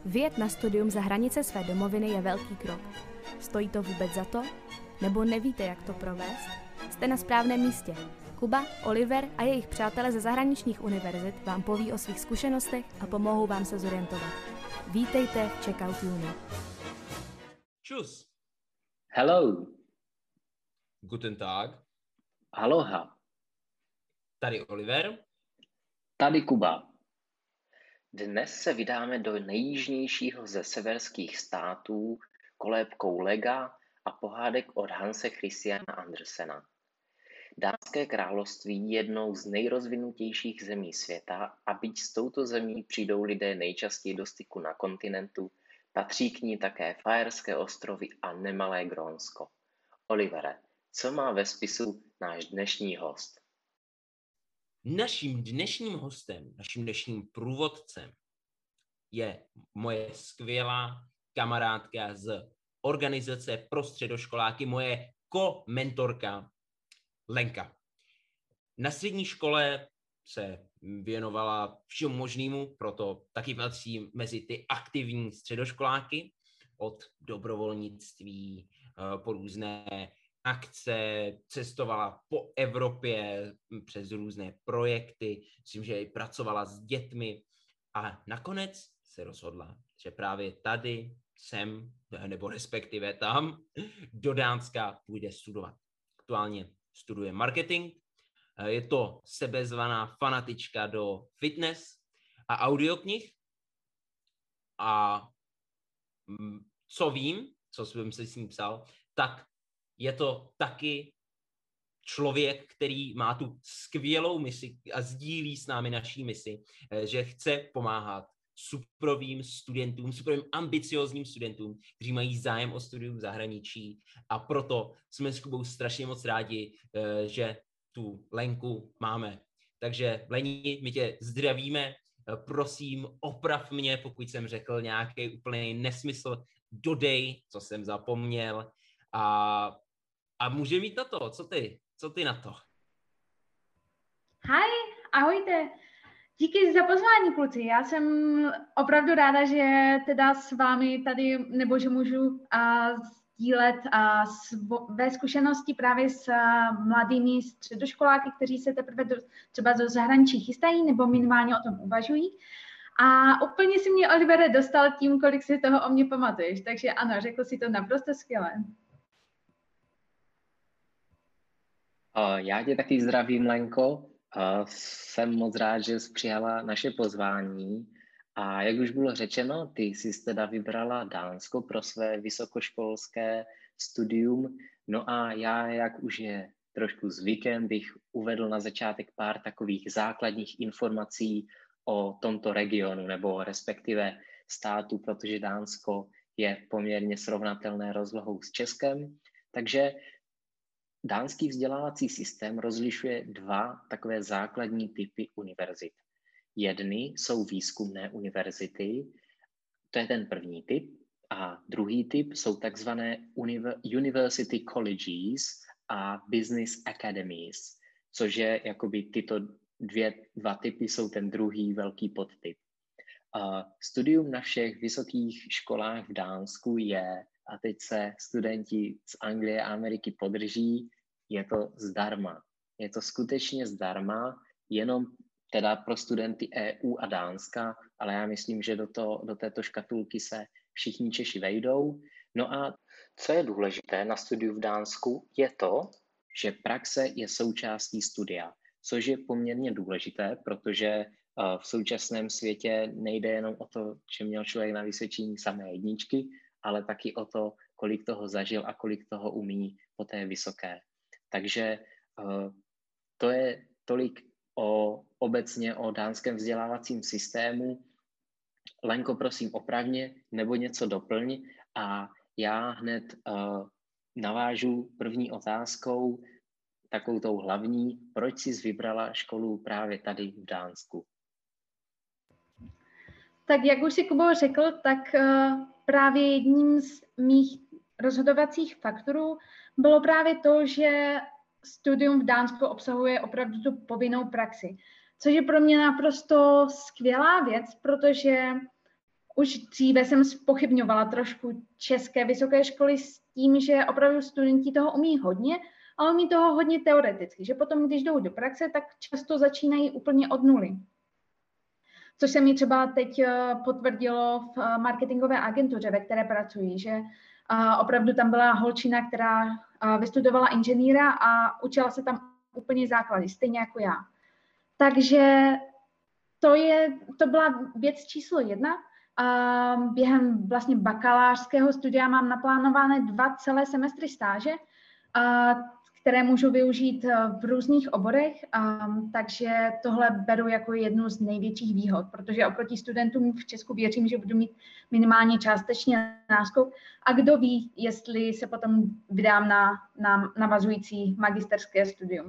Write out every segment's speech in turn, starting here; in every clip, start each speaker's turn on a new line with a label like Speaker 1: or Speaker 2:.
Speaker 1: Vyjet na studium za hranice své domoviny je velký krok. Stojí to vůbec za to? Nebo nevíte, jak to provést? Jste na správném místě. Kuba, Oliver a jejich přátelé ze zahraničních univerzit vám poví o svých zkušenostech a pomohou vám se zorientovat. Vítejte v Checkout Uni.
Speaker 2: Tschüss.
Speaker 3: Hello.
Speaker 2: Guten Tag.
Speaker 3: Aloha.
Speaker 2: Tady Oliver.
Speaker 3: Tady Kuba. Dnes se vydáme do nejjižnějšího ze severských států kolébkou lega a pohádek od Hanse Christiana Andersena. Dánské království je jednou z nejrozvinutějších zemí světa a byť s touto zemí přijdou lidé nejčastěji do styku na kontinentu, patří k ní také Faerské ostrovy a nemalé Grónsko. Olivere, co má ve spisu náš dnešní host?
Speaker 2: Naším dnešním hostem, naším dnešním průvodcem je moje skvělá kamarádka z organizace pro středoškoláky, moje ko-mentorka Lenka. Na střední škole se věnovala všemu možnému, proto taky patří mezi ty aktivní středoškoláky, od dobrovolnictví po různé akce, cestovala po Evropě přes různé projekty, myslím, že i pracovala s dětmi a nakonec se rozhodla, že právě tady sem, nebo respektive tam, do Dánska půjde studovat. Aktuálně studuje marketing, je to sebezvaná fanatička do fitness a audioknih a co vím, co jsem si s ní psal, tak je to taky člověk, který má tu skvělou misi a sdílí s námi naší misi, že chce pomáhat superovým studentům, superovým ambiciozním studentům, kteří mají zájem o studium v zahraničí a proto jsme s Kubou strašně moc rádi, že tu Lenku máme. Takže Leni, my tě zdravíme, prosím, oprav mě, pokud jsem řekl nějaký úplný nesmysl, dodej, co jsem zapomněl a může mít na to, co ty na to?
Speaker 4: Hi, ahojte. Díky za pozvání, kluci. Já jsem opravdu ráda, že teda s vámi tady, nebo že můžu sdílet své zkušenosti právě s mladými středoškoláky, kteří se teprve třeba do zahraničí chystají, nebo minimálně o tom uvažují. A úplně si mě, Olivere, dostal tím, kolik si toho o mě pamatuješ. Takže ano, řekl si to naprosto skvěle.
Speaker 3: Já tě taky zdravím, Lenko. Jsem moc rád, že jsi přijala naše pozvání. A jak už bylo řečeno, ty jsi teda vybrala Dánsko pro své vysokoškolské studium. No a já, jak už je trošku zvykem, bych uvedl na začátek pár takových základních informací o tomto regionu, nebo respektive státu, protože Dánsko je poměrně srovnatelné rozlohou s Českem. Takže dánský vzdělávací systém rozlišuje dva takové základní typy univerzit. Jedny jsou výzkumné univerzity, to je ten první typ, a druhý typ jsou takzvané university colleges a business academies, což je jakoby tyto dva typy jsou ten druhý velký podtyp. Studium na všech vysokých školách v Dánsku je, a teď se studenti z Anglie a Ameriky podrží, je to zdarma. Je to skutečně zdarma, jenom teda pro studenty EU a Dánska, ale já myslím, že do této škatulky se všichni Češi vejdou. No a co je důležité na studiu v Dánsku, je to, že praxe je součástí studia, což je poměrně důležité, protože v současném světě nejde jenom o to, že měl člověk na vysvědčení samé jedničky, ale taky o to, kolik toho zažil a kolik toho umí po té vysoké. Takže to je tolik obecně o dánském vzdělávacím systému. Lenko, prosím, opravně nebo něco doplň a já hned navážu první otázkou, takovou tou hlavní, proč jsi vybrala školu právě tady v Dánsku?
Speaker 4: Tak jak už si Kubo řekl, tak právě jedním z mých rozhodovacích faktorů bylo právě to, že studium v Dánsku obsahuje opravdu tu povinnou praxi, což je pro mě naprosto skvělá věc, protože už dříve jsem zpochybňovala trošku české vysoké školy s tím, že opravdu studenti toho umí hodně, ale umí toho hodně teoreticky, že potom, když jdou do praxe, tak často začínají úplně od nuly. Což se mi třeba teď potvrdilo v marketingové agentuře, ve které pracuji, že opravdu tam byla holčina, která vystudovala inženýra a učila se tam úplně základy, stejně jako já. Takže to byla věc číslo 1. Během vlastně bakalářského studia mám naplánované 2 celé semestry stáže, které můžu využít v různých oborech, takže tohle beru jako jednu z největších výhod, protože oproti studentům v Česku věřím, že budu mít minimálně částečně náskok a kdo ví, jestli se potom vydám na navazující magisterské studium.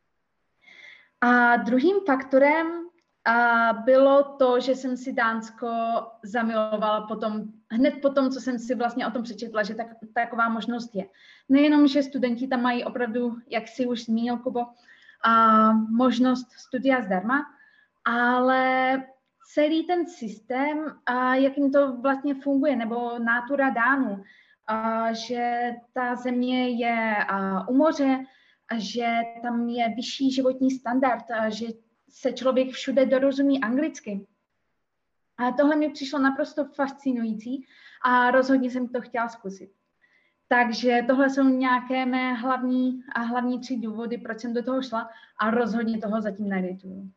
Speaker 4: A druhým faktorem bylo to, že jsem si Dánsko zamilovala hned potom, co jsem si vlastně o tom přečetla, že taková možnost je. Nejenom, že studenti tam mají opravdu, jak si už zmínil Kubo, možnost studia zdarma, ale celý ten systém, jakým to vlastně funguje, nebo nátura Dánů, že ta země je u moře, že tam je vyšší životní standard, že se člověk všude dorozumí anglicky. A tohle mi přišlo naprosto fascinující a rozhodně jsem to chtěla zkusit. Takže tohle jsou nějaké mé hlavní 3 důvody, proč jsem do toho šla a rozhodně toho zatím nelituju.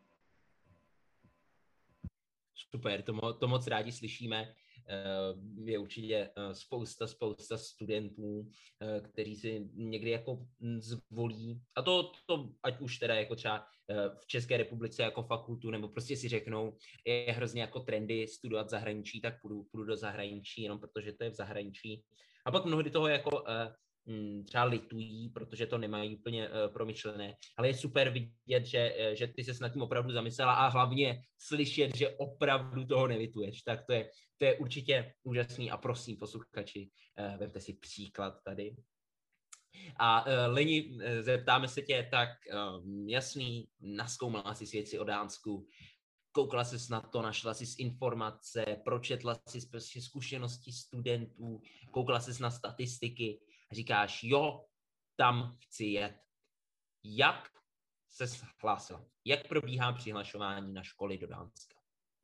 Speaker 2: Super, to moc rádi slyšíme. Je určitě spousta studentů, kteří si někdy jako zvolí, a to ať už teda jako třeba v České republice jako fakultu, nebo prostě si řeknou, je hrozně jako trendy studovat v zahraničí, tak půjdu do zahraničí, jenom protože to je v zahraničí. A pak mnohdy toho jako třeba litují, protože to nemají úplně promyšlené. Ale je super vidět, že ty se nad tím opravdu zamyslela a hlavně slyšet, že opravdu toho nelituješ. Tak to je určitě úžasný a prosím, posluchači, vemte si příklad tady. A Leni, zeptáme se tě, tak jasný, nazkoumala jsi věci o Dánsku, koukala jsi na to, našla jsi informace, pročetla jsi zkušenosti studentů, koukala jsi na statistiky a říkáš, jo, tam chci jet. Jak se hlásila? Jak probíhá přihlašování na školy do Dánska?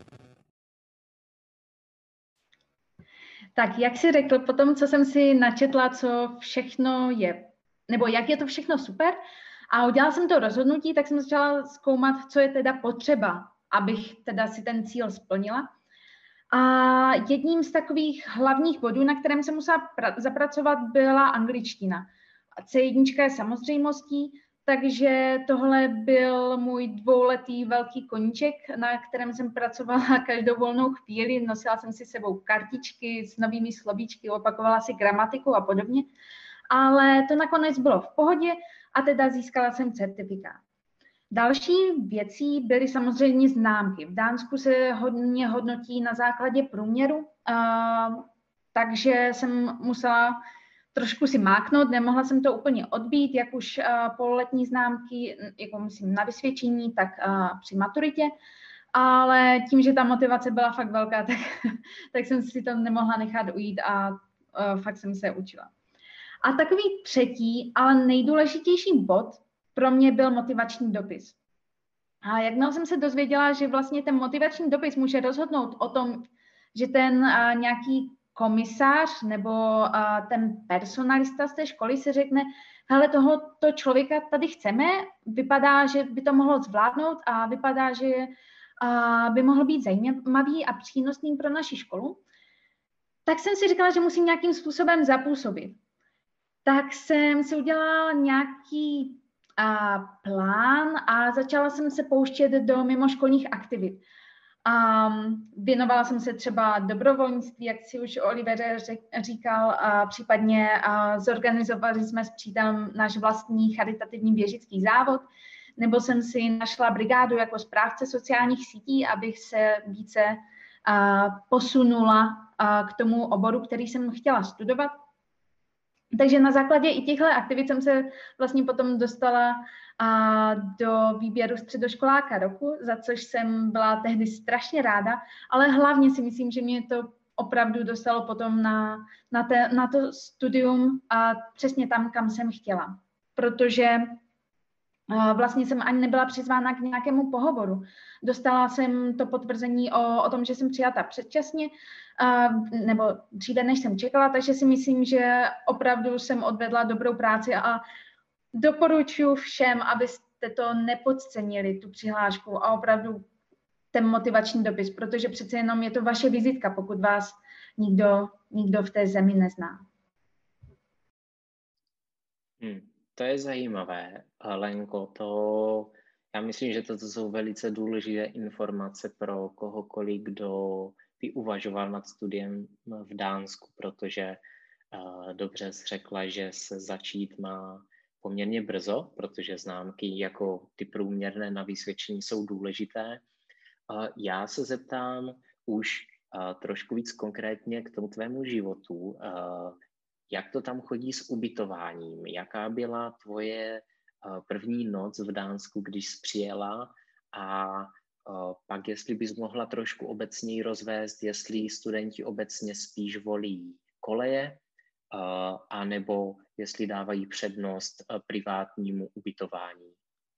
Speaker 4: Tak jak jsi řekl, po tom, co jsem si načetla, co všechno je, nebo jak je to všechno super, a udělala jsem to rozhodnutí, tak jsem začala zkoumat, co je teda potřeba, abych teda si ten cíl splnila. A jedním z takových hlavních bodů, na kterém jsem musela zapracovat, byla angličtina. C1 je samozřejmostí, takže tohle byl můj 2letý velký koníček, na kterém jsem pracovala každou volnou chvíli. Nosila jsem si sebou kartičky s novými slovíčky, opakovala si gramatiku a podobně. Ale to nakonec bylo v pohodě a teda získala jsem certifikát. Další věcí byly samozřejmě známky. V Dánsku se hodně hodnotí na základě průměru, takže jsem musela trošku si máknout, nemohla jsem to úplně odbít, jak už pololetní známky, jako myslím na vysvědčení, tak při maturitě, ale tím, že ta motivace byla fakt velká, tak jsem si to nemohla nechat ujít a fakt jsem se učila. A takový třetí, ale nejdůležitější bod pro mě byl motivační dopis. A jakmile jsem se dozvěděla, že vlastně ten motivační dopis může rozhodnout o tom, že ten nějaký komisář nebo ten personalista z té školy se řekne, hele, tohoto člověka tady chceme, vypadá, že by to mohlo zvládnout a vypadá, že by mohl být zajímavý a přínosný pro naši školu, tak jsem si říkala, že musím nějakým způsobem zapůsobit. Tak jsem si udělala nějaký plán a začala jsem se pouštět do mimoškolních aktivit. Věnovala jsem se třeba dobrovolnictví, jak si už Oliver říkal, případně zorganizovali jsme s přítelem náš vlastní charitativní běžický závod, nebo jsem si našla brigádu jako správce sociálních sítí, abych se více posunula k tomu oboru, který jsem chtěla studovat. Takže na základě i těchto aktivit jsem se vlastně potom dostala do výběru středoškoláka roku, za což jsem byla tehdy strašně ráda, ale hlavně si myslím, že mě to opravdu dostalo potom na to studium a přesně tam, kam jsem chtěla. Protože vlastně jsem ani nebyla přizvána k nějakému pohovoru. Dostala jsem to potvrzení o tom, že jsem přijata předčasně, nebo dříve, než jsem čekala, takže si myslím, že opravdu jsem odvedla dobrou práci a doporučuji všem, abyste to nepodcenili, tu přihlášku a opravdu ten motivační dopis, protože přece jenom je to vaše vizitka, pokud vás nikdo v té zemi nezná.
Speaker 3: To je zajímavé, Lenko, já myslím, že toto jsou velice důležité informace pro kohokoliv, kdo by uvažoval nad studiem v Dánsku, protože dobře jsi řekla, že se začít má poměrně brzo, protože známky jako ty průměrné na vysvědčení jsou důležité. Já se zeptám už trošku víc konkrétně k tomu tvému životu. Jak to tam chodí s ubytováním? Jaká byla tvoje první noc v Dánsku, když jsi přijela? A pak, jestli bys mohla trošku obecněji rozvést, jestli studenti obecně spíš volí koleje, anebo jestli dávají přednost privátnímu ubytování.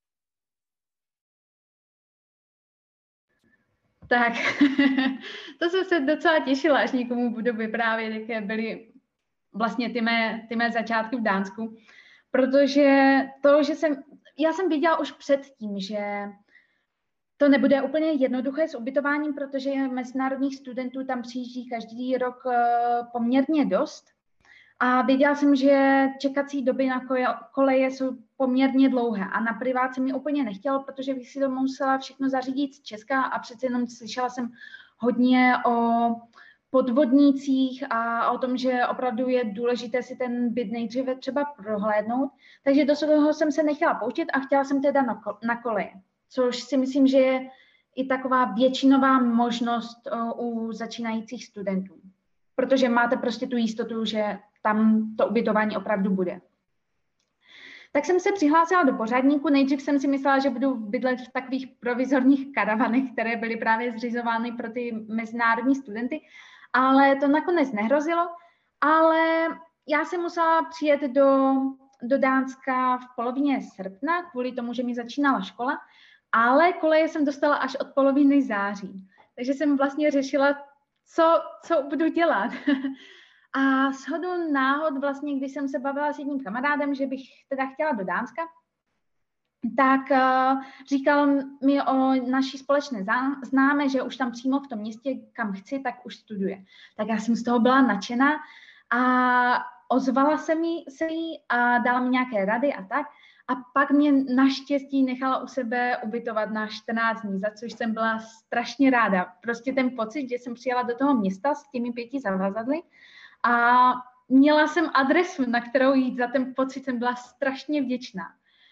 Speaker 4: Tak, to jsem se docela těšila, až někomu budu vyprávět, jaké byly vlastně ty mé začátky v Dánsku, protože já jsem viděla už předtím, že to nebude úplně jednoduché s ubytováním, protože mezinárodních studentů tam přijíždí každý rok poměrně dost. A věděla jsem, že čekací doby na koleje jsou poměrně dlouhé a na privát se mi úplně nechtělo, protože bych si to musela všechno zařídit z Česka a přece jenom slyšela jsem hodně o podvodnících a o tom, že opravdu je důležité si ten byt nejdříve třeba prohlédnout. Takže do toho jsem se nechala pouštět a chtěla jsem teda na koleje, což si myslím, že je i taková většinová možnost u začínajících studentů, protože máte prostě tu jistotu, že tam to ubytování opravdu bude. Tak jsem se přihlásila do pořadníku. Nejdřív jsem si myslela, že budu bydlet v takových provizorních karavanech, které byly právě zřizovány pro ty mezinárodní studenty, ale to nakonec nehrozilo. Ale já jsem musela přijet do Dánska v polovině srpna, kvůli tomu, že mi začínala škola, ale koleje jsem dostala až od poloviny září. Takže jsem vlastně řešila, co budu dělat. A shodou náhod vlastně, když jsem se bavila s jedním kamarádem, že bych teda chtěla do Dánska, tak říkal mi o naší společné známé, že už tam přímo v tom městě, kam chci, tak už studuje. Tak já jsem z toho byla nadšená a ozvala se jí a dala mi nějaké rady a tak. A pak mě naštěstí nechala u sebe ubytovat na 14 dní, za což jsem byla strašně ráda. Prostě ten pocit, že jsem přijela do toho města s těmi 5 zavazadly a měla jsem adresu, na kterou jít, za ten pocit jsem byla strašně vděčná.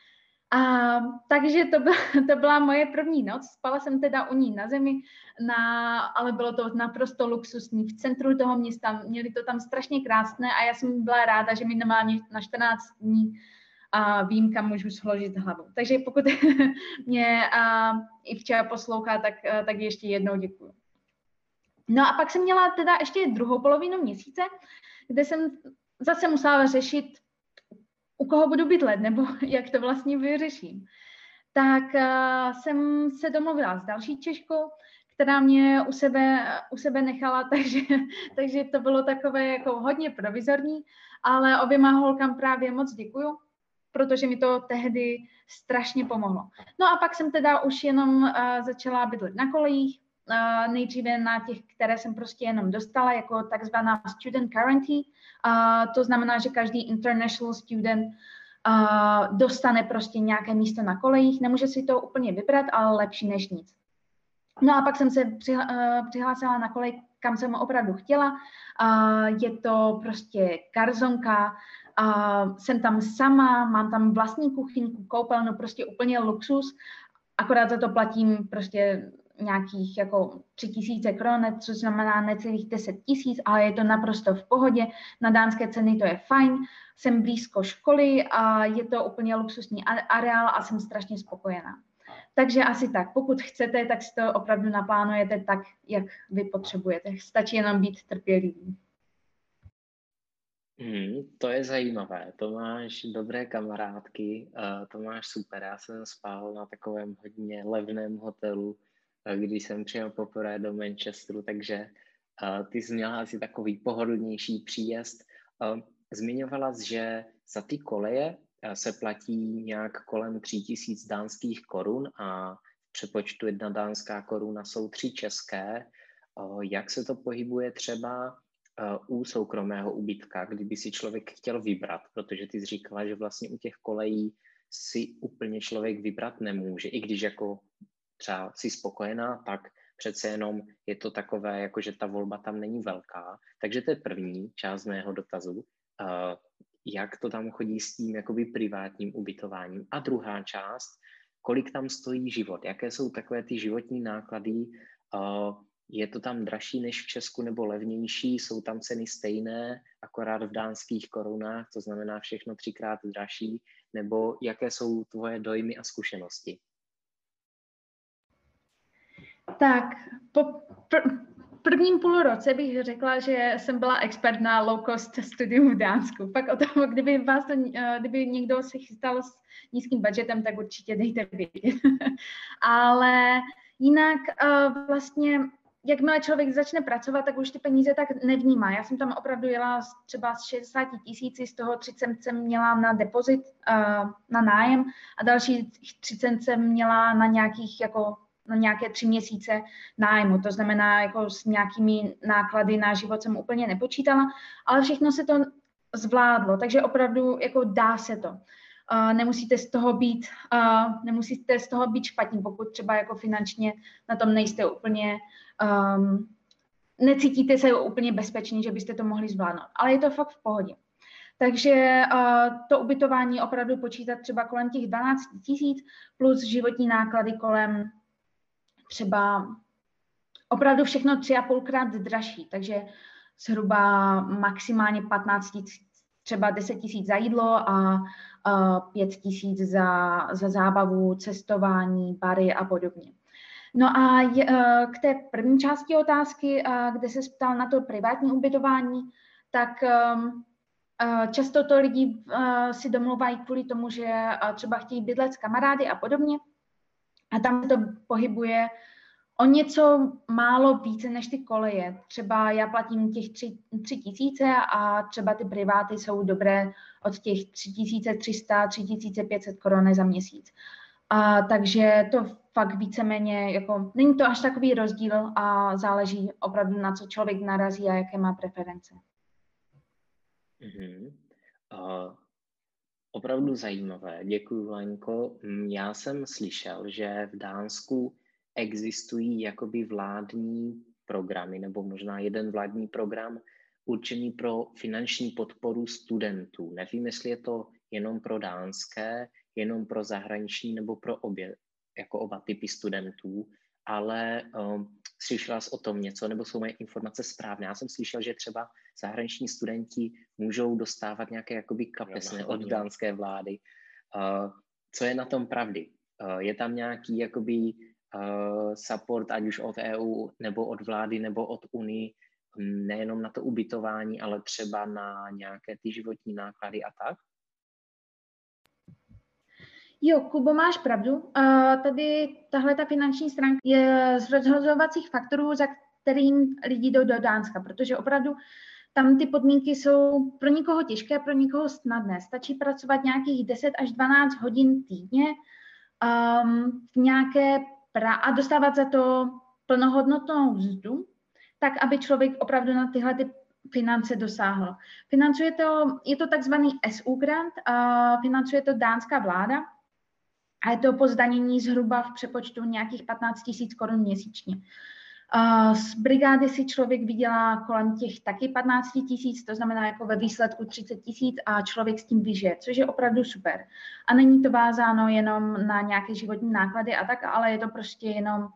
Speaker 4: Takže to byla moje první noc. Spala jsem teda u ní na zemi, ale bylo to naprosto luxusní. V centru toho města měli to tam strašně krásné a já jsem byla ráda, že minimálně na 14 dní vím, kam můžu složit hlavu. Takže pokud mě i včera poslouchá, tak ještě jednou děkuju. No a pak jsem měla teda ještě druhou polovinu měsíce, kde jsem zase musela řešit, u koho budu bydlet, nebo jak to vlastně vyřeším. Tak jsem se domluvila s další Češkou, která mě u sebe nechala, takže to bylo takové jako hodně provizorní, ale oběma holkám právě moc děkuju, protože mi to tehdy strašně pomohlo. No a pak jsem teda už jenom začala bydlet na kolejích, nejdříve na těch, které jsem prostě jenom dostala, jako takzvaná student guarantee. To znamená, že každý international student dostane prostě nějaké místo na kolejích. Nemůže si to úplně vybrat, ale lepší než nic. No a pak jsem se přihlásila na kolej, kam jsem opravdu chtěla. Je to prostě garzonka, jsem tam sama, mám tam vlastní kuchyňku, koupelnu, prostě úplně luxus. Akorát za to platím prostě nějakých jako 3000 kron, což znamená necelých 10 000, ale je to naprosto v pohodě. Na dánské ceny to je fajn, jsem blízko školy a je to úplně luxusní areál a jsem strašně spokojená. Takže asi tak, pokud chcete, tak si to opravdu naplánujete tak, jak vy potřebujete. Stačí jenom být trpělivý.
Speaker 3: To je zajímavé, to máš dobré kamarádky, to máš super. Já jsem spal na takovém hodně levném hotelu, když jsem přijel poprvé do Manchesteru, takže ty jsi měla asi takový pohodlnější příjezd. Zmiňovala jsi, že za ty koleje se platí nějak kolem 3000 dánských korun a v přepočtu 1 dánská koruna jsou 3 české. Jak se to pohybuje třeba u soukromého ubytka, kdyby si člověk chtěl vybrat, protože ty jsi říkala, že vlastně u těch kolejí si úplně člověk vybrat nemůže, i když jako třeba si spokojená, tak přece jenom je to takové, jako že ta volba tam není velká. Takže to je první část mého dotazu, jak to tam chodí s tím jakoby privátním ubytováním. A druhá část, kolik tam stojí život, jaké jsou takové ty životní náklady, je to tam dražší než v Česku nebo levnější, jsou tam ceny stejné, akorát v dánských korunách, to znamená všechno 3krát dražší, nebo jaké jsou tvoje dojmy a zkušenosti?
Speaker 4: Tak, po prvním půlroce bych řekla, že jsem byla expert na low cost studium v Dánsku. Pak o tom, kdyby někdo se chystal s nízkým budgetem, tak určitě dejte vědět. Ale jinak vlastně, jakmile člověk začne pracovat, tak už ty peníze tak nevnímá. Já jsem tam opravdu jela třeba z 60 000, z toho 30 jsem měla na depozit, na nájem a další 30 jsem měla na nějaké 3 měsíce nájmu. To znamená, jako s nějakými náklady na život jsem úplně nepočítala, ale všechno se to zvládlo, takže opravdu jako dá se to. Nemusíte z toho být špatní, pokud třeba jako finančně na tom nejste úplně, necítíte se úplně bezpečně, že byste to mohli zvládnout. Ale je to fakt v pohodě. Takže to ubytování opravdu počítat třeba kolem těch 12 000 plus životní náklady kolem třeba opravdu všechno 3,5krát dražší, takže zhruba maximálně 15 000, třeba 10 000 za jídlo a 5 000 za zábavu, cestování, bary a podobně. No a k té první části otázky, kde se ptal na to privátní ubytování, tak často to lidi si domluvají kvůli tomu, že třeba chtějí bydlet s kamarády a podobně. A tam se to pohybuje o něco málo více než ty koleje. Třeba já platím těch 3 000 a třeba ty priváty jsou dobré od těch 3300, 3500 korun za měsíc. Takže to fakt víceméně, jako není to až takový rozdíl a záleží opravdu na co člověk narazí a jaké má preference.
Speaker 3: Opravdu zajímavé, děkuji, Lenko. Já jsem slyšel, že v Dánsku existují jakoby vládní programy, nebo možná jeden vládní program určený pro finanční podporu studentů. Nevím, jestli je to jenom pro dánské, jenom pro zahraniční, nebo pro oba typy studentů, ale slyšela jsi o tom něco, nebo jsou moje informace správné? Já jsem slyšel, že třeba zahraniční studenti můžou dostávat nějaké jakoby kapesné od dánské vlády. Co je na tom pravdy? Je tam nějaký jakoby support, ať už od EU, nebo od vlády, nebo od Unii, nejenom na to ubytování, ale třeba na nějaké ty životní náklady a tak?
Speaker 4: Jo, Kubo, máš pravdu. Tady tahle ta finanční stránka je z rozhodovacích faktorů, za kterým lidi jdou do Dánska, protože opravdu tam ty podmínky jsou pro někoho těžké, pro někoho snadné. Stačí pracovat nějakých 10 až 12 hodin týdně a dostávat za to plnohodnotnou mzdu, tak aby člověk opravdu na tyhle ty finance dosáhl. Je to takzvaný SU grant, financuje to dánská vláda a je to po zdanění zhruba v přepočtu nějakých 15 000 korun měsíčně. Z brigády si člověk vydělá kolem těch taky 15 000, to znamená jako ve výsledku 30 000 a člověk s tím vyžije, což je opravdu super. A není to vázáno jenom na nějaké životní náklady a tak, ale je to prostě jenom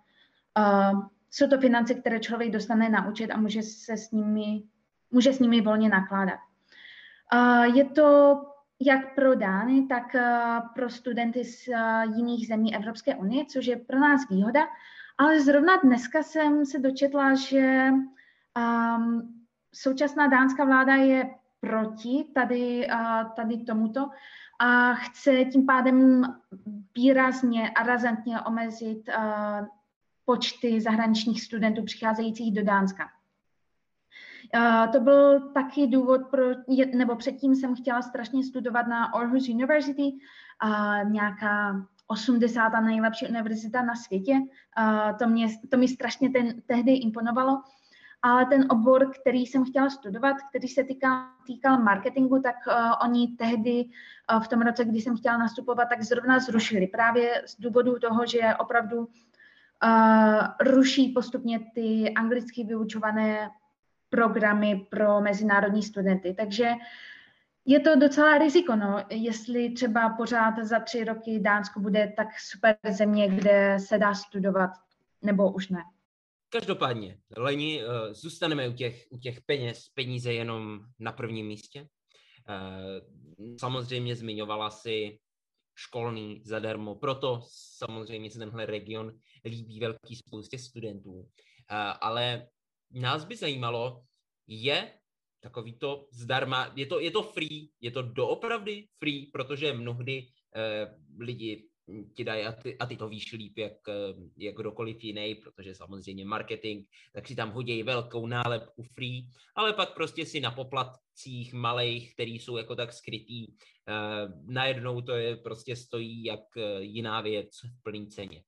Speaker 4: jsou to finance, které člověk dostane na účet a může s nimi volně nakládat. Je to jak pro Dány, tak pro studenty z jiných zemí Evropské unie, což je pro nás výhoda. Ale zrovna dneska jsem se dočetla, že současná dánská vláda je proti tady tomuto a chce tím pádem výrazně a razantně omezit počty zahraničních studentů přicházejících do Dánska. To byl taky důvod, nebo předtím jsem chtěla strašně studovat na Aarhus University, nějaká 80. nejlepší univerzita na světě. To mě strašně tehdy imponovalo. Ale ten obor, který jsem chtěla studovat, který se týkal marketingu, tak oni tehdy v tom roce, kdy jsem chtěla nastupovat, tak zrovna zrušili. Právě z důvodu toho, že opravdu ruší postupně ty anglicky vyučované programy pro mezinárodní studenty. Takže je to docela riziko, jestli třeba pořád za 3 roky Dánsko bude tak super země, kde se dá studovat, nebo už ne.
Speaker 2: Každopádně, Leni, zůstaneme u těch peníze jenom na prvním místě. Samozřejmě zmiňovala si školní zadarmo, proto samozřejmě se tenhle region líbí velký spoustě studentů. Ale nás by zajímalo, je takový to zdarma, je to free, je to doopravdy free, protože mnohdy lidi ti dají a ty to víš líp jak kdokoliv jiný, protože samozřejmě marketing, tak si tam hodí velkou nálepku free, ale pak prostě si na poplatcích malejch, který jsou jako tak skrytý, najednou to je prostě stojí jak jiná věc v plný ceně.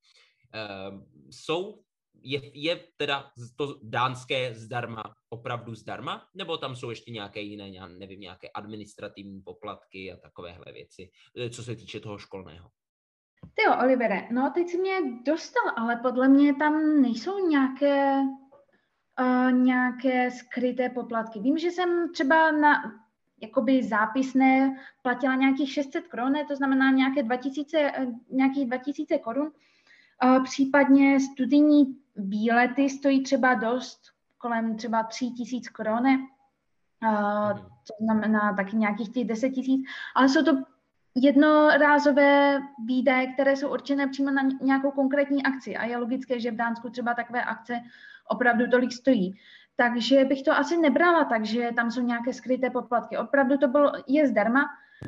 Speaker 2: Je teda to dánské zdarma opravdu zdarma, nebo tam jsou ještě nějaké jiné, nevím, nějaké administrativní poplatky a takovéhle věci, co se týče toho školného?
Speaker 4: Tyjo, Olivere, no teď si mě dostal, ale podle mě tam nejsou nějaké skryté poplatky. Vím, že jsem třeba na jakoby zápisné platila nějakých 600 korun, to znamená nějakých 2000 korun. Případně studijní výlety stojí třeba dost, kolem třeba 3000 korun, to znamená taky nějakých těch 10 000, ale jsou to jednorázové výdaje, které jsou určené přímo na nějakou konkrétní akci a je logické, že v Dánsku třeba takové akce opravdu tolik stojí. Takže bych to asi nebrala tak, že tam jsou nějaké skryté poplatky. Opravdu je zdarma.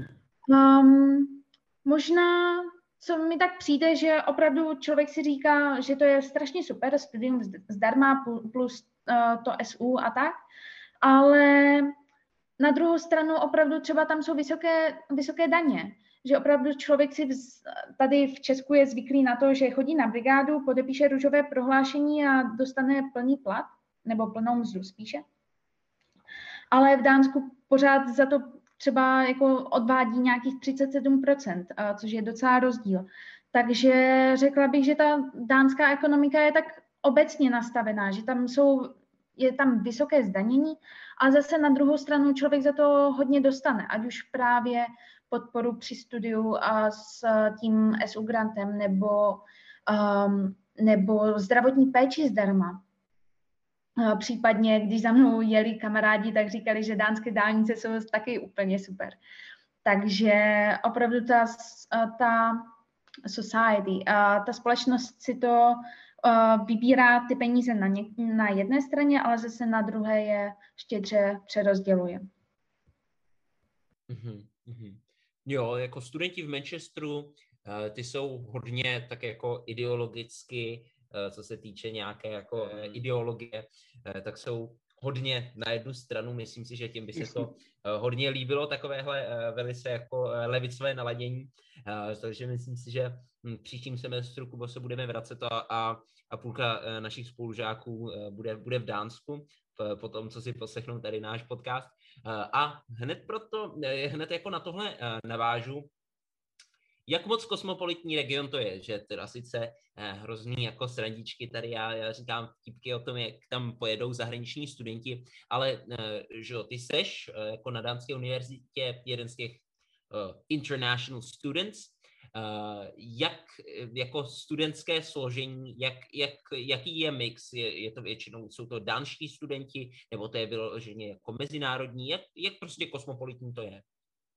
Speaker 4: Možná, co mi tak přijde, že opravdu člověk si říká, že to je strašně super, studium zdarma plus to SU a tak, ale na druhou stranu opravdu třeba tam jsou vysoké daně, že opravdu člověk si tady v Česku je zvyklý na to, že chodí na brigádu, podepíše růžové prohlášení a dostane plný plat, nebo plnou mzdu spíše. Ale v Dánsku pořád za to třeba jako odvádí nějakých 37%, což je docela rozdíl. Takže řekla bych, že ta dánská ekonomika je tak obecně nastavená, že je tam vysoké zdanění a zase na druhou stranu člověk za to hodně dostane, ať už právě podporu při studiu a s tím SU grantem nebo zdravotní péči zdarma. Případně, když za mnou jeli kamarádi, tak říkali, že dánské dálnice jsou taky úplně super. Takže opravdu ta society, ta společnost si to vybírá ty peníze na jedné straně, ale zase na druhé je štědře přerozděluje.
Speaker 2: Jo, jako studenti v Manchesteru, ty jsou hodně tak jako ideologicky, co se týče nějaké jako ideologie, tak jsou hodně na jednu stranu. Myslím si, že tím by se to hodně líbilo, takovéhle velice jako levicové naladění. Takže myslím si, že v příštím semestru, Kubo, se budeme vracet a půlka našich spolužáků bude v Dánsku, po tom, co si poslechnou tady náš podcast. A hned jako na tohle navážu, jak moc kosmopolitní region to je, že teda sice hrozný jako srandičky tady, já říkám vtipky o tom, jak tam pojedou zahraniční studenti, ale že ty seš jako na Dánské univerzitě jeden z těch international students, Jak jako studentské složení, jaký je mix? Je to většinou, jsou to dánští studenti, nebo to je vyloženě jako mezinárodní? Jak prostě kosmopolitní to je?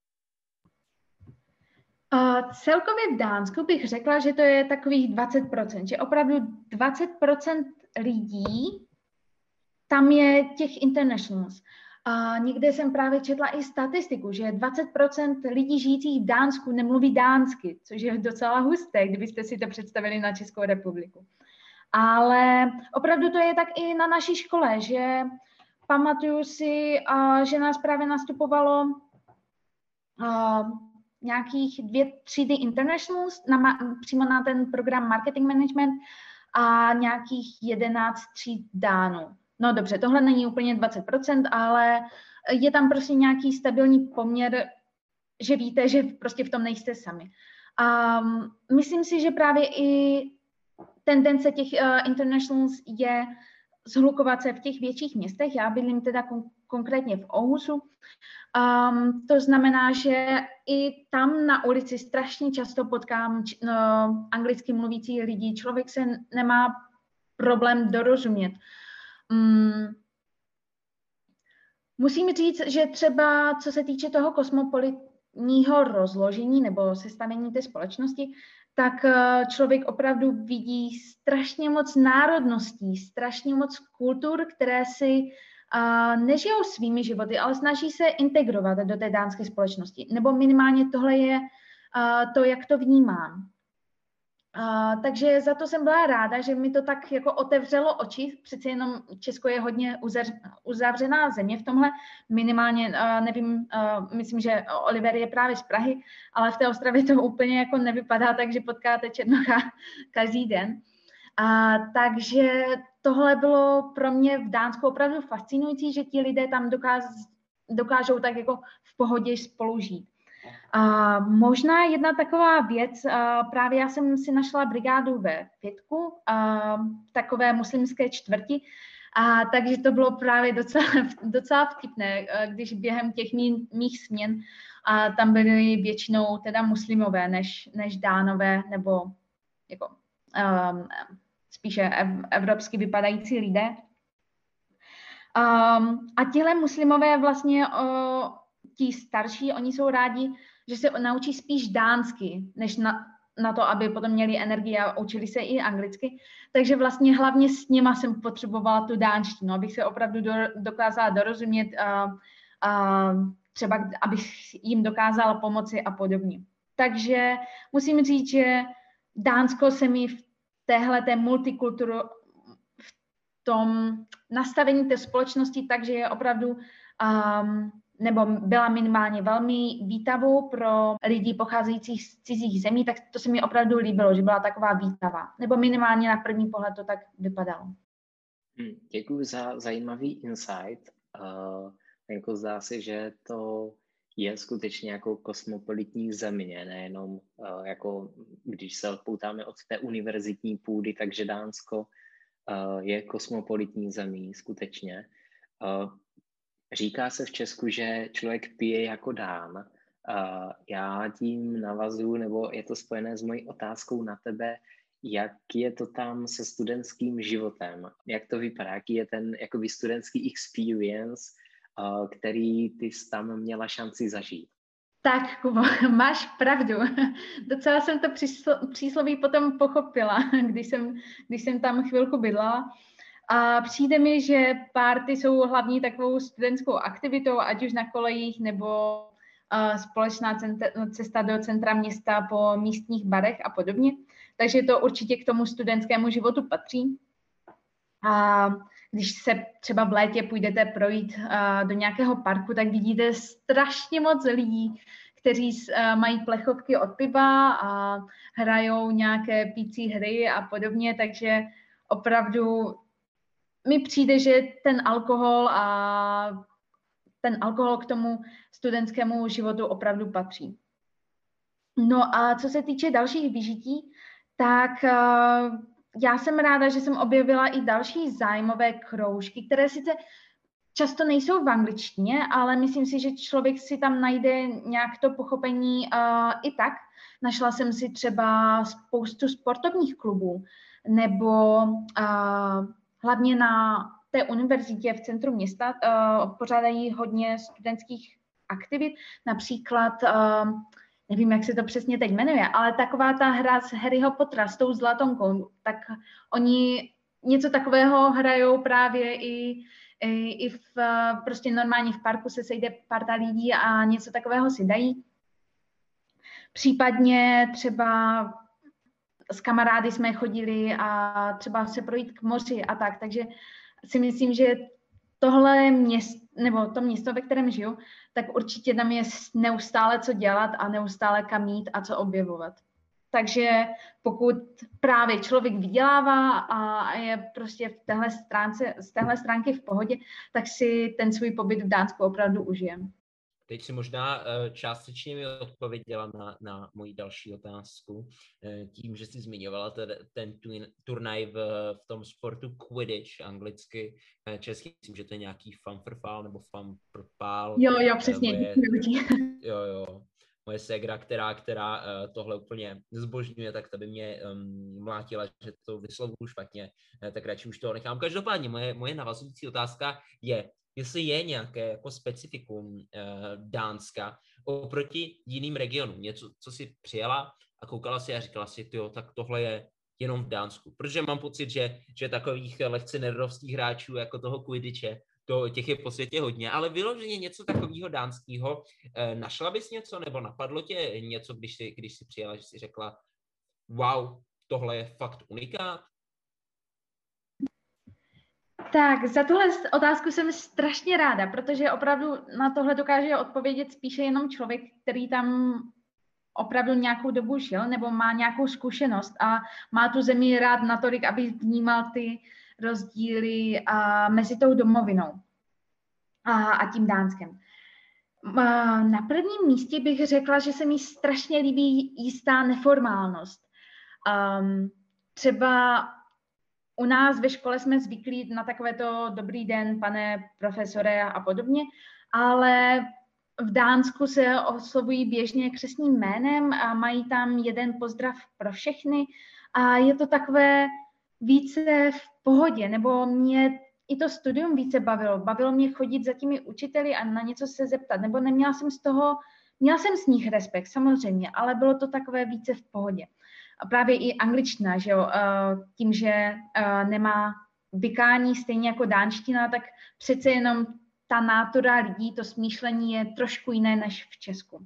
Speaker 4: Celkově v Dánsku bych řekla, že to je takových 20%, že opravdu 20% lidí tam je těch internationals. Někde jsem právě četla i statistiku, že 20% lidí žijících v Dánsku nemluví dánsky, což je docela husté, kdybyste si to představili na Českou republiku. Ale opravdu to je tak i na naší škole, že pamatuju si, že nás právě nastupovalo nějakých 2 třídy internationals přímo na ten program marketing management a nějakých 11 tříd Dánů. No dobře, tohle není úplně 20%, ale je tam prostě nějaký stabilní poměr, že víte, že prostě v tom nejste sami. Myslím si, že právě i tendence těch internationals je zhlukovat se v těch větších městech. Já bydlím teda konkrétně v Aarhusu. To znamená, že i tam na ulici strašně často potkám anglicky mluvící lidi. Člověk se nemá problém dorozumět. Musím říct, že třeba co se týče toho kosmopolitního rozložení nebo sestavení té společnosti, tak člověk opravdu vidí strašně moc národností, strašně moc kultur, které si nežijou svými životy, ale snaží se integrovat do té dánské společnosti. Nebo minimálně tohle je to, jak to vnímám. Takže za to jsem byla ráda, že mi to tak jako otevřelo oči. Přece jenom Česko je hodně uzavřená země v tomhle. Minimálně, nevím, myslím, že Oliver je právě z Prahy, ale v té Ostravě to úplně jako nevypadá, takže potkáte Černocha každý den. Takže tohle bylo pro mě v Dánsku opravdu fascinující, že ti lidé tam dokážou tak jako v pohodě spolu žít. Možná jedna taková věc, právě já jsem si našla brigádu ve Fitku, takové muslimské čtvrti, takže to bylo právě docela vtipné, když během těch mých směn tam byly většinou teda muslimové než Dánové, nebo jako spíše evropsky vypadající lidé. A tihle muslimové vlastně ti starší, oni jsou rádi, že se naučí spíš dánsky, než na to, aby potom měli energii a učili se i anglicky. Takže vlastně hlavně s nima jsem potřebovala tu dánštinu, abych se opravdu dokázala dorozumět, třeba abych jim dokázala pomoci a podobně. Takže musím říct, že Dánsko se mi v téhleté multikulturu, v tom nastavení té společnosti, takže je opravdu nebo byla minimálně velmi vítavou pro lidi pocházejících z cizích zemí, tak to se mi opravdu líbilo, že byla taková vítavá. Nebo minimálně na první pohled to tak vypadalo.
Speaker 3: Děkuji za zajímavý insight. Jako zdá se, že to je skutečně jako kosmopolitní země, nejenom jako když se odpoutáme od té univerzitní půdy, takže Dánsko je kosmopolitní zemí skutečně. Říká se v Česku, že člověk pije jako Dán. Já tím navazuju, nebo je to spojené s mojí otázkou na tebe, jak je to tam se studentským životem? Jak to vypadá? Jaký je ten jakoby studentský experience, který ty jsi tam měla šanci zažít?
Speaker 4: Tak, Kubo, máš pravdu. Docela jsem to přísloví potom pochopila, když jsem tam chvilku bydlela. A přijde mi, že party jsou hlavní takovou studentskou aktivitou, ať už na kolejích nebo společná cesta do centra města po místních barech a podobně. Takže to určitě k tomu studentskému životu patří. A když se třeba v létě půjdete projít do nějakého parku, tak vidíte strašně moc lidí, kteří mají plechovky od piva a hrajou nějaké pící hry a podobně, takže opravdu mi přijde, že ten alkohol k tomu studentskému životu opravdu patří. No a co se týče dalších vyžití, tak já jsem ráda, že jsem objevila i další zájmové kroužky, které sice často nejsou v angličtině, ale myslím si, že člověk si tam najde nějak to pochopení i tak. Našla jsem si třeba spoustu sportovních klubů, nebo hlavně na té univerzitě v centru města pořádají hodně studentských aktivit, například, nevím, jak se to přesně teď jmenuje, ale taková ta hra z Harryho Pottera s tou zlatonkou, tak oni něco takového hrajou právě i prostě normálně v parku se sejde parta lidí a něco takového si dají. Případně třeba s kamarády jsme chodili a třeba se projít k moři a tak, takže si myslím, že tohle město, nebo to město, ve kterém žiju, tak určitě tam je neustále co dělat a neustále kam jít a co objevovat. Takže pokud právě člověk vydělává a je prostě z téhle stránky v pohodě, tak si ten svůj pobyt v Dánsku opravdu užije.
Speaker 2: Teď si možná částečně mi odpověděla na moji další otázku, tím, že jsi zmiňovala ten turnaj v tom sportu Quidditch, anglicky, česky, myslím, že to je nějaký fanfrfál nebo fanfrpál.
Speaker 4: Jo, přesně.
Speaker 2: Jo. Moje ségra, která tohle úplně zbožňuje, tak ta by mě mlátila, že to vyslovuju špatně, tak radši už to nechám. Každopádně moje navazující otázka je, jestli je nějaké jako specifikum Dánska oproti jiným regionům. Něco, co si přijela a koukala si a říkala si, tyjo, tak tohle je jenom v Dánsku. Protože mám pocit, že takových lehce nerdovských hráčů jako toho Quidditche, těch je po světě hodně, ale vyloženě něco takového dánského. Našla bys něco, nebo napadlo tě něco, když jsi přijela, že jsi řekla, wow, tohle je fakt unikát?
Speaker 4: Tak, za tuhle otázku jsem strašně ráda, protože opravdu na tohle dokáže odpovědět spíše jenom člověk, který tam opravdu nějakou dobu žil nebo má nějakou zkušenost a má tu zemi rád natolik, aby vnímal ty rozdíly mezi tou domovinou a tím Dánskem. Na prvním místě bych řekla, že se mi strašně líbí jistá neformálnost. Třeba u nás ve škole jsme zvyklí na takovéto dobrý den, pane profesore a podobně, ale v Dánsku se oslovují běžně křestním jménem a mají tam jeden pozdrav pro všechny a je to takové více v pohodě, nebo mě i to studium více bavilo. Bavilo mě chodit za těmi učiteli a na něco se zeptat, nebo měla jsem z nich respekt, samozřejmě, ale bylo to takové více v pohodě. A právě i angličtina, že jo, tím, že nemá vykání stejně jako dánština, tak přece jenom ta nátura lidí, to smýšlení je trošku jiné než v Česku.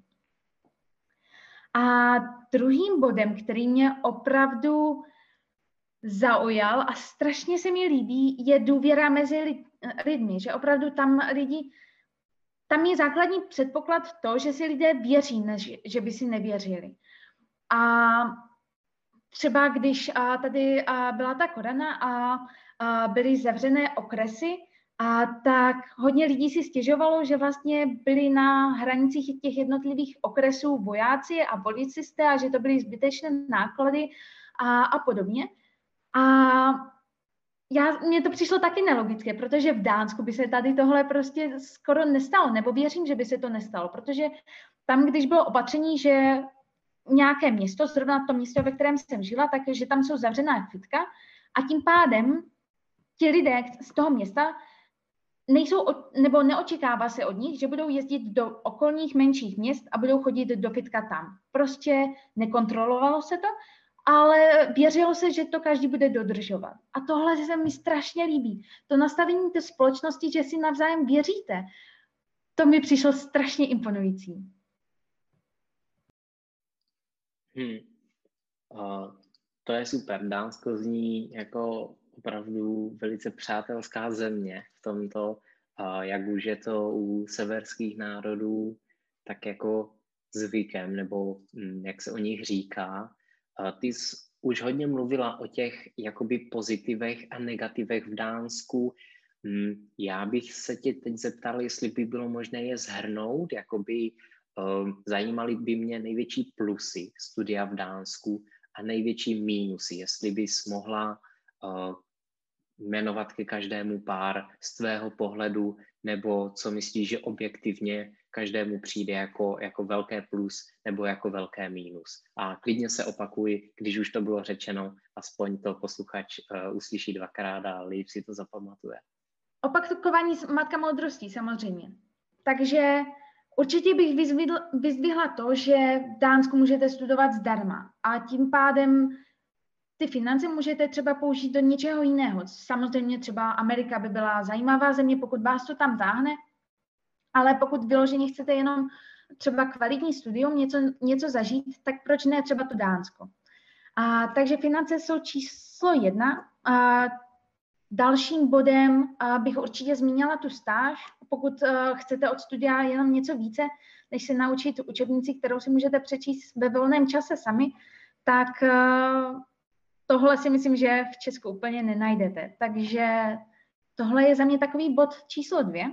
Speaker 4: A druhým bodem, který mě opravdu zaujal a strašně se mi líbí, je důvěra mezi lidmi, že opravdu tam je základní předpoklad v to, že si lidé věří, než že by si nevěřili. A třeba když tady byla ta korona a byly zavřené okresy, tak hodně lidí si stěžovalo, že vlastně byli na hranicích těch jednotlivých okresů vojáci a policisté a že to byly zbytečné náklady a podobně. A mně to přišlo taky nelogické, protože v Dánsku by se tady tohle prostě skoro nestalo, nebo věřím, že by se to nestalo, protože tam, když bylo opatření, že nějaké město, zrovna to město, ve kterém jsem žila, takže tam jsou zavřená fitka a tím pádem ti lidé z toho města nebo neočekává se od nich, že budou jezdit do okolních menších měst a budou chodit do fitka tam. Prostě nekontrolovalo se to, ale věřilo se, že to každý bude dodržovat. A tohle se mi strašně líbí. To nastavení té společnosti, že si navzájem věříte, to mi přišlo strašně imponující.
Speaker 3: To je super. Dánsko zní jako opravdu velice přátelská země v tomto, jak už je to u severských národů, tak jako zvykem, nebo jak se o nich říká. Ty jsi už hodně mluvila o těch jakoby pozitivech a negativech v Dánsku. Já bych se tě teď zeptal, jestli by bylo možné je shrnout, jakoby zajímaly by mě největší plusy studia v Dánsku a největší mínusy, jestli bys mohla jmenovat ke každému pár z tvého pohledu nebo co myslíš, že objektivně každému přijde jako velké plus nebo jako velké mínus. A klidně se opakuj, když už to bylo řečeno, aspoň to posluchač uslyší dvakrát a líp si to zapamatuje.
Speaker 4: Opakování matka moudrostí, samozřejmě. Takže určitě bych vyzdvihla to, že v Dánsku můžete studovat zdarma a tím pádem ty finance můžete třeba použít do něčeho jiného. Samozřejmě třeba Amerika by byla zajímavá země, pokud vás to tam táhne, ale pokud vyloženě chcete jenom třeba kvalitní studium, něco zažít, tak proč ne třeba to Dánsko. Takže finance jsou číslo 1. Dalším bodem bych určitě zmínila tu stáž. Pokud chcete od studia jenom něco více, než se naučit učebnici, kterou si můžete přečíst ve volném čase sami, tak tohle si myslím, že v Česku úplně nenajdete. Takže tohle je za mě takový bod číslo 2.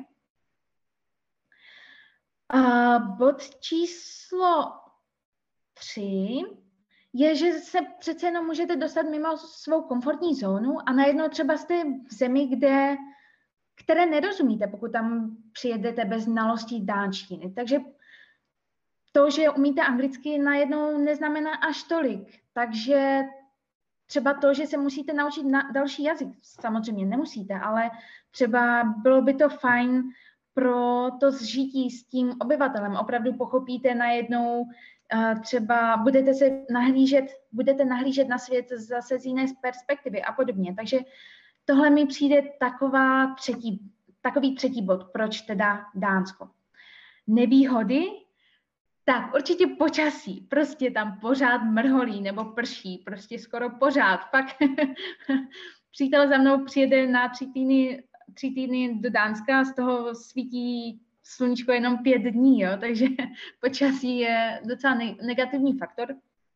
Speaker 4: Bod číslo 3 je, že se přece jenom můžete dostat mimo svou komfortní zónu a najednou třeba jste v zemi, které nerozumíte, pokud tam přijedete bez znalostí dánštiny. Takže to, že umíte anglicky, najednou neznamená až tolik. Takže třeba to, že se musíte naučit další jazyk, samozřejmě nemusíte, ale třeba bylo by to fajn pro to zžití s tím obyvatelem. Opravdu pochopíte najednou, třeba budete nahlížet na svět zase z jiné perspektivy a podobně. Takže tohle mi přijde takový třetí bod, proč teda Dánsko. Nevýhody? Tak určitě počasí, prostě tam pořád mrholí nebo prší, prostě skoro pořád. Pak přítel za mnou přijede na 3 týdny do Dánska, z toho svítí sluníčko jenom 5 dní, jo? Takže počasí je docela negativní faktor.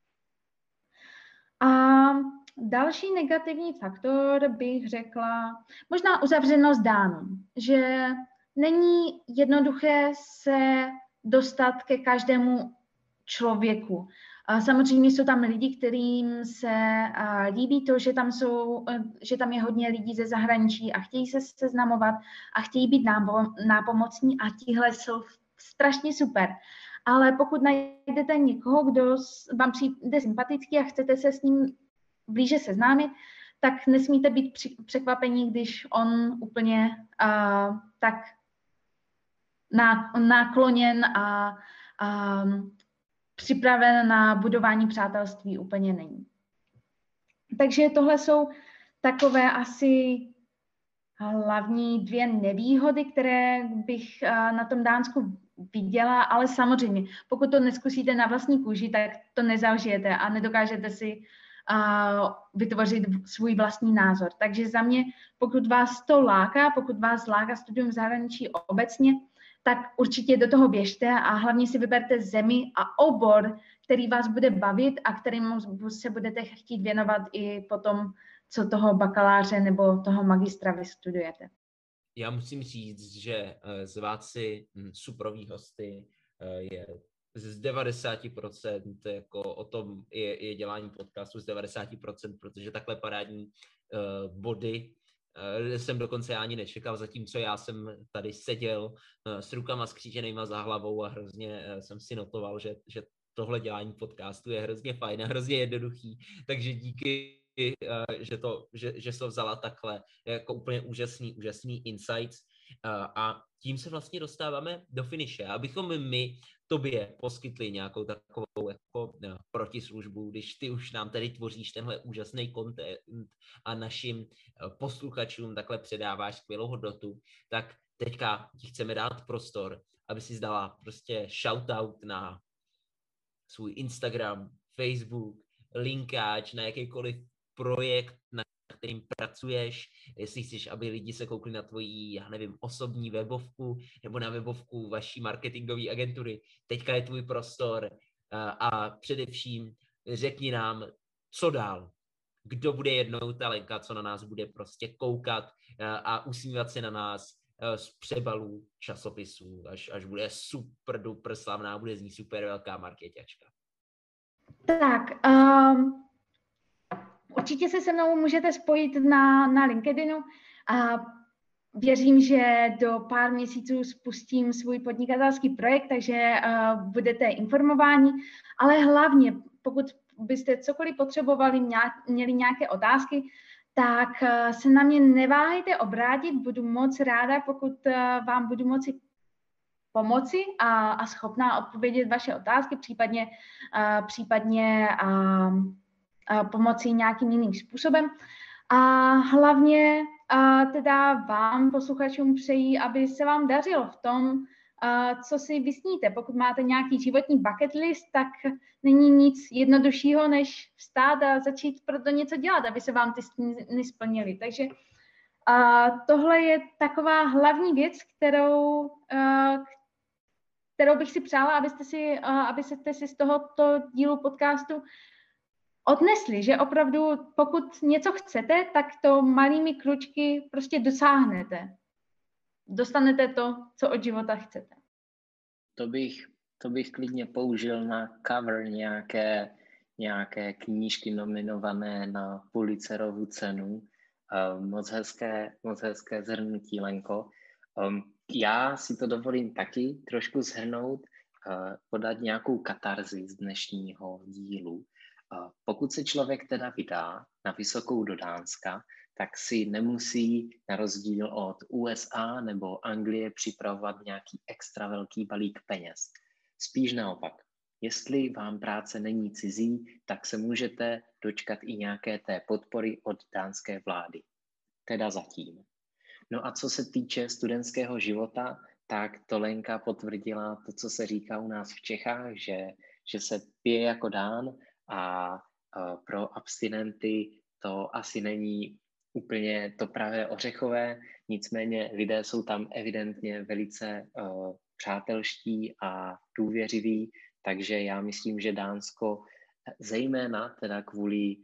Speaker 4: A další negativní faktor bych řekla, možná uzavřenost Dánů, že není jednoduché se dostat ke každému člověku. Samozřejmě jsou tam lidi, kterým se líbí to, že tam je hodně lidí ze zahraničí a chtějí se seznamovat a chtějí být nápomocní a tihle jsou strašně super. Ale pokud najdete někoho, kdo vám přijde sympatický a chcete se s ním blíže seznámit, tak nesmíte být překvapení, když on úplně tak nakloněn a připraven na budování přátelství úplně není. Takže tohle jsou takové asi hlavní 2 nevýhody, které bych na tom Dánsku viděla, ale samozřejmě, pokud to neskusíte na vlastní kůži, tak to nezaužijete a nedokážete si vytvořit svůj vlastní názor. Takže za mě, pokud vás to láká, pokud vás láká studium v zahraničí obecně, tak určitě do toho běžte a hlavně si vyberte zemi a obor, který vás bude bavit a kterým se budete chtít věnovat i potom, co toho bakaláře nebo toho magistra vystudujete.
Speaker 2: Já musím říct, že zvát si suprový hosty je z 90%, jako o tom je dělání podcastu z 90%, protože takhle parádní body jsem dokonce ani nečekal, zatímco já jsem tady seděl s rukama skříženýma za hlavou a hrozně jsem si notoval, že tohle dělání podcastu je hrozně fajn a hrozně jednoduchý, takže díky, že se to vzala takhle, jako úplně úžasný insights a tím se vlastně dostáváme do finiše, abychom my tobě poskytli nějakou takovou jako protislužbu, když ty už nám tady tvoříš tenhle úžasný content a našim posluchačům takhle předáváš skvělou hodnotu, tak teďka ti chceme dát prostor, aby si dala prostě shoutout na svůj Instagram, Facebook, linkáč, na jakýkoliv projekt, na kterým pracuješ, jestli chceš, aby lidi se koukli na tvoji, já nevím, osobní webovku nebo na webovku vaší marketingové agentury. Teďka je tvůj prostor a především řekni nám, co dál. Kdo bude jednou ta Lenka, co na nás bude prostě koukat a usmívat se na nás z přebalů časopisů, až bude super duper slavná, bude z ní super velká marketačka.
Speaker 4: Tak, určitě se mnou můžete spojit na LinkedInu. věřím, že do pár měsíců spustím svůj podnikatelský projekt, takže budete informováni, ale hlavně, pokud byste cokoliv potřebovali, měli nějaké otázky, tak se na mě neváhejte obrátit, budu moc ráda, pokud vám budu moci pomoci a schopná odpovědět vaše otázky, případně pomoci nějakým jiným způsobem. A hlavně teda vám, posluchačům, přeji, aby se vám dařilo v tom, co si vysníte. Pokud máte nějaký životní bucket list, tak není nic jednoduššího, než vstát a začít proto něco dělat, aby se vám ty sny splnily. Takže tohle je taková hlavní věc, kterou bych si přála, abyste si z tohoto dílu podcastu odnesli, že opravdu pokud něco chcete, tak to malými kručky prostě dosáhnete. Dostanete to, co od života chcete.
Speaker 3: To bych klidně použil na cover nějaké knížky nominované na Pulitzerovu cenu. Moc hezké shrnutí, Lenko. Já si to dovolím taky trošku shrnout, podat nějakou katarzi z dnešního dílu. Pokud se člověk teda vydá na vysokou do Dánska, tak si nemusí na rozdíl od USA nebo Anglie připravovat nějaký extra velký balík peněz. Spíš naopak. Jestli vám práce není cizí, tak se můžete dočkat i nějaké té podpory od dánské vlády. Teda zatím. No a co se týče studentského života, tak to Lenka potvrdila to, co se říká u nás v Čechách, že se pije jako Dán a pro abstinenty to asi není úplně to pravé ořechové, nicméně lidé jsou tam evidentně velice přátelští a důvěřiví, takže já myslím, že Dánsko zejména teda kvůli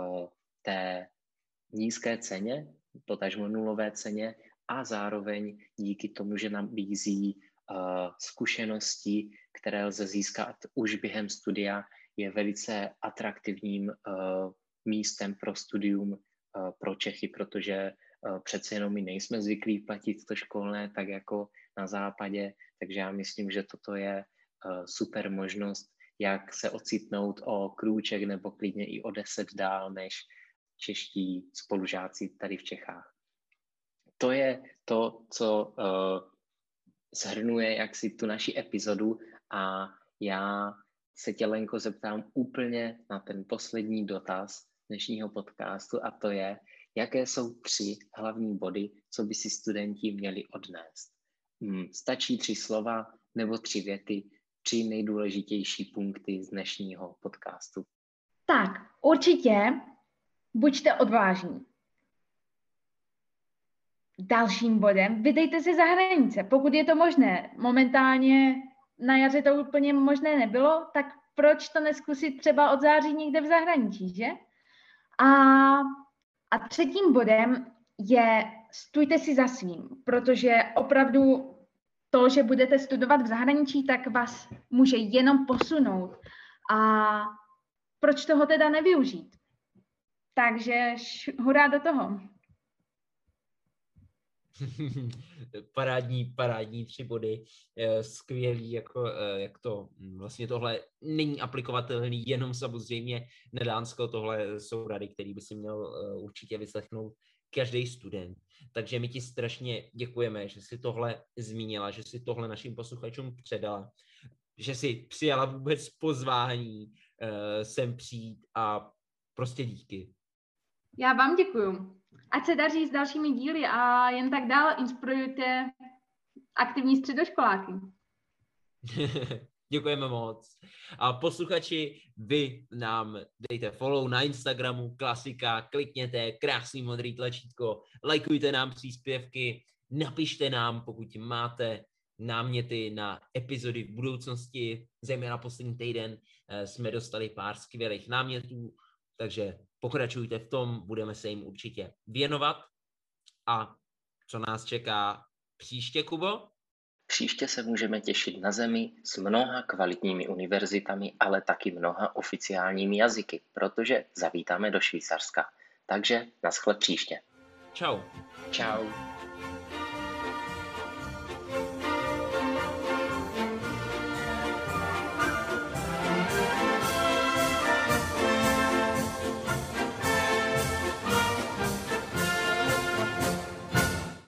Speaker 3: té nízké ceně, potažmo nulové ceně a zároveň díky tomu, že nabízí zkušenosti, které lze získat už během studia, je velice atraktivním místem pro studium pro Čechy, protože přece jenom my nejsme zvyklí platit to školné tak jako na západě, takže já myslím, že toto je super možnost, jak se ocitnout o krůček nebo klidně i o 10 dál než čeští spolužáci tady v Čechách. To je to, co shrnuje jaksi tu naši epizodu a já se tě, Lenko, zeptám úplně na ten poslední dotaz dnešního podcastu a to je, jaké jsou 3 hlavní body, co by si studenti měli odnést. Stačí 3 slova nebo 3 věty, 3 nejdůležitější punkty z dnešního podcastu.
Speaker 4: Tak, určitě buďte odvážní. Dalším bodem, vydejte se za hranice, pokud je to možné. Momentálně na jaře to úplně možné nebylo, tak proč to neskusit třeba od září někde v zahraničí, že? A třetím bodem je stůjte si za svým, protože opravdu to, že budete studovat v zahraničí, tak vás může jenom posunout. A proč toho teda nevyužít? Takže hurá do toho.
Speaker 2: Parádní 3 body, skvělý, jak to vlastně tohle není aplikovatelný jenom samozřejmě na Dánsko, tohle jsou rady, které by si měl určitě vyslechnout každý student. Takže my ti strašně děkujeme, že jsi tohle zmínila, že jsi tohle našim posluchačům předala, že jsi přijala vůbec pozvání sem přijít a prostě díky.
Speaker 4: Já vám děkuju. Ať se daří s dalšími díly a jen tak dál inspirujte aktivní středoškoláky.
Speaker 2: Děkujeme moc. A posluchači, vy nám dejte follow na Instagramu, klasika, klikněte, krásný modrý tlačítko, lajkujte nám příspěvky, napište nám, pokud máte náměty na epizody v budoucnosti, zejména poslední týden jsme dostali pár skvělých námětů, takže pokračujte v tom, budeme se jim určitě věnovat. A co nás čeká příště, Kubo?
Speaker 3: Příště se můžeme těšit na Zemi s mnoha kvalitními univerzitami, ale taky mnoha oficiálními jazyky, protože zavítáme do Švýcarska. Takže naschle příště.
Speaker 2: Čau.
Speaker 3: Čau.